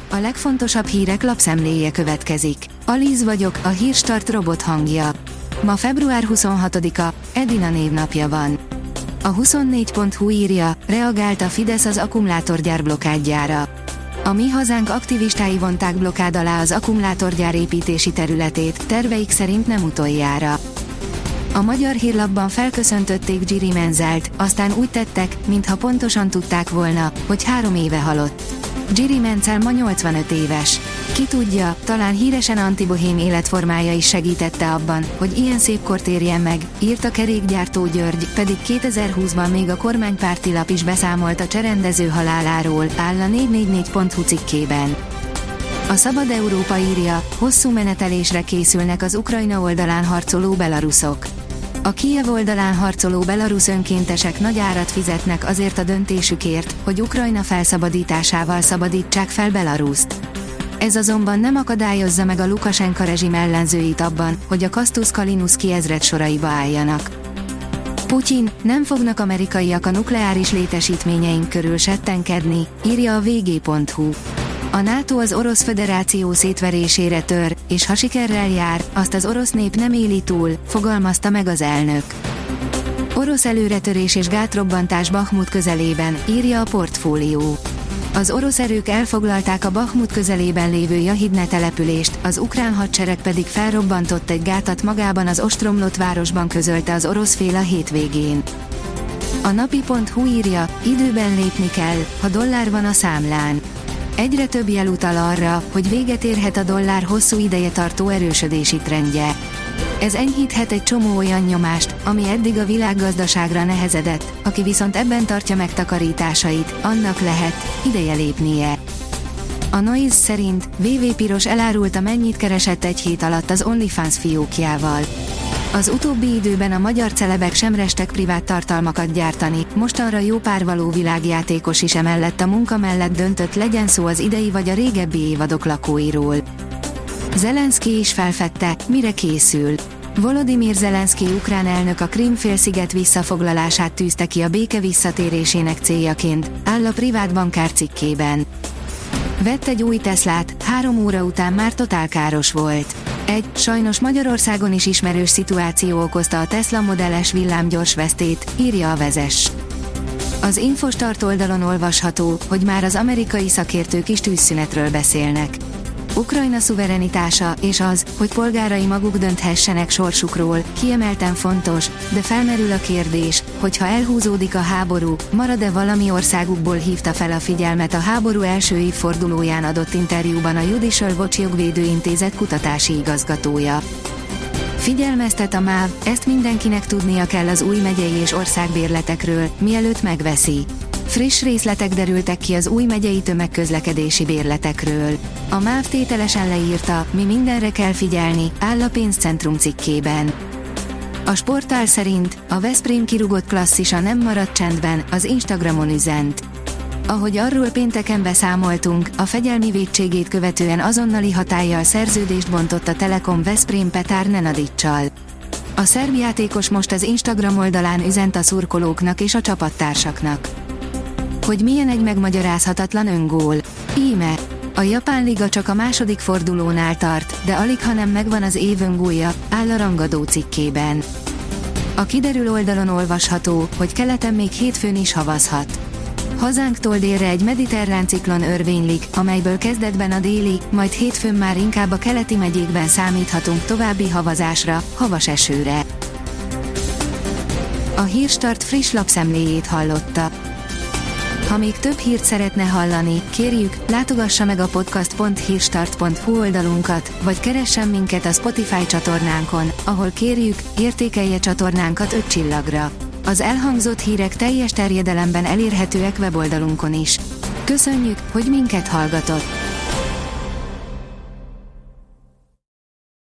A legfontosabb hírek lapszemléje következik. Aliz vagyok, a Hírstart robot hangja. Ma február 26-a, Edina névnapja van. A 24.hu írja, reagált a Fidesz az akkumulátorgyár blokádjára. A Mi Hazánk aktivistái vonták blokád alá az akkumulátorgyár építési területét, terveik szerint nem utoljára. A Magyar Hírlapban felköszöntötték Jiri Menzelt, aztán úgy tettek, mintha pontosan tudták volna, hogy 3 éve halott. Jiri Menzel ma 85 éves. Ki tudja, talán híresen antibohém életformája is segítette abban, hogy ilyen szép kort érjen meg, írta kerékgyártó György, pedig 2020-ban még a kormánypárti lap is beszámolt a cserendező haláláról, áll a 444.hu cikkében. A Szabad Európa írja, hosszú menetelésre készülnek az Ukrajna oldalán harcoló belaruszok. A Kijev oldalán harcoló belarusz önkéntesek nagy árat fizetnek azért a döntésükért, hogy Ukrajna felszabadításával szabadítsák fel Belaruszt. Ez azonban nem akadályozza meg a Lukasenka rezsim ellenzőit abban, hogy a Kasztusz Kalinuszki ezred soraiba álljanak. Putyin, nem fognak amerikaiak a nukleáris létesítményeink körül settenkedni, írja a vg.hu. A NATO az Orosz Föderáció szétverésére tör, és ha sikerrel jár, azt az orosz nép nem éli túl, fogalmazta meg az elnök. Orosz előretörés és gátrobbantás Bahmut közelében, írja a Portfólió. Az orosz erők elfoglalták a Bahmut közelében lévő Jahidne települést, az ukrán hadsereg pedig felrobbantott egy gátat magában az ostromlott városban, közölte az orosz fél a hétvégén. A napi.hu írja, időben lépni kell, ha dollár van a számlán. Egyre több jel utal arra, hogy véget érhet a dollár hosszú ideje tartó erősödési trendje. Ez enyhíthet egy csomó olyan nyomást, ami eddig a világgazdaságra nehezedett, aki viszont ebben tartja megtakarításait, annak lehet ideje lépnie. A Noise szerint VV Piros elárulta, mennyit keresett egy hét alatt az OnlyFans fiókjával. Az utóbbi időben a magyar celebek sem restek privát tartalmakat gyártani, mostanra jó pár való világjátékos is emellett a munka mellett döntött, legyen szó az idei vagy a régebbi évadok lakóiról. Zelenszky is felfedte, mire készül. Volodymyr Zelenszky ukrán elnök a Krím-félsziget visszafoglalását tűzte ki a béke visszatérésének céljaként, áll a privát bankár cikkében. Vett egy új Teslát, 3 óra után már totál káros volt. Sajnos Magyarországon is ismerős szituáció okozta a Tesla Model S villámgyors vesztét, írja a Vezess. Az Infostart oldalon olvasható, hogy már az amerikai szakértők is tűzszünetről beszélnek. Ukrajna szuverenitása és az, hogy polgárai maguk dönthessenek sorsukról, kiemelten fontos, de felmerül a kérdés, hogy ha elhúzódik a háború, marad-e valami országukból, hívta fel a figyelmet a háború első évfordulóján adott interjúban a Judicial Watch jogvédőintézet kutatási igazgatója. Figyelmeztet a MÁV, ezt mindenkinek tudnia kell az új megyei és országbérletekről, mielőtt megveszi. Friss részletek derültek ki az új megyei tömegközlekedési bérletekről. A MÁV tételesen leírta, mi mindenre kell figyelni, áll a Pénzcentrum cikkében. A Sportál szerint a Veszprém kirúgott klasszisa nem maradt csendben, az Instagramon üzent. Ahogy arról pénteken beszámoltunk, a fegyelmi vétségét követően azonnali hatállyal szerződést bontott a Telekom Veszprém Petár Nenadicsal. A szerb játékos most az Instagram oldalán üzent a szurkolóknak és a csapattársaknak. Hogy milyen egy megmagyarázhatatlan öngól. Íme, a japán liga csak a második fordulónál tart, de alighanem megvan az év öngólja, áll a Rangadó cikkében. A Kiderül oldalon olvasható, hogy keleten még hétfőn is havazhat. Hazánktól délre egy mediterrán ciklon örvénylik, amelyből kezdetben a déli, majd hétfőn már inkább a keleti megyékben számíthatunk további havazásra, havas esőre. A Hírstart friss lapszemléjét hallotta. Ha még több hírt szeretne hallani, kérjük, látogassa meg a podcast.hírstart.hu oldalunkat, vagy keressen minket a Spotify csatornánkon, ahol kérjük, értékelje csatornánkat 5 csillagra. Az elhangzott hírek teljes terjedelemben elérhetőek weboldalunkon is. Köszönjük, hogy minket hallgatott!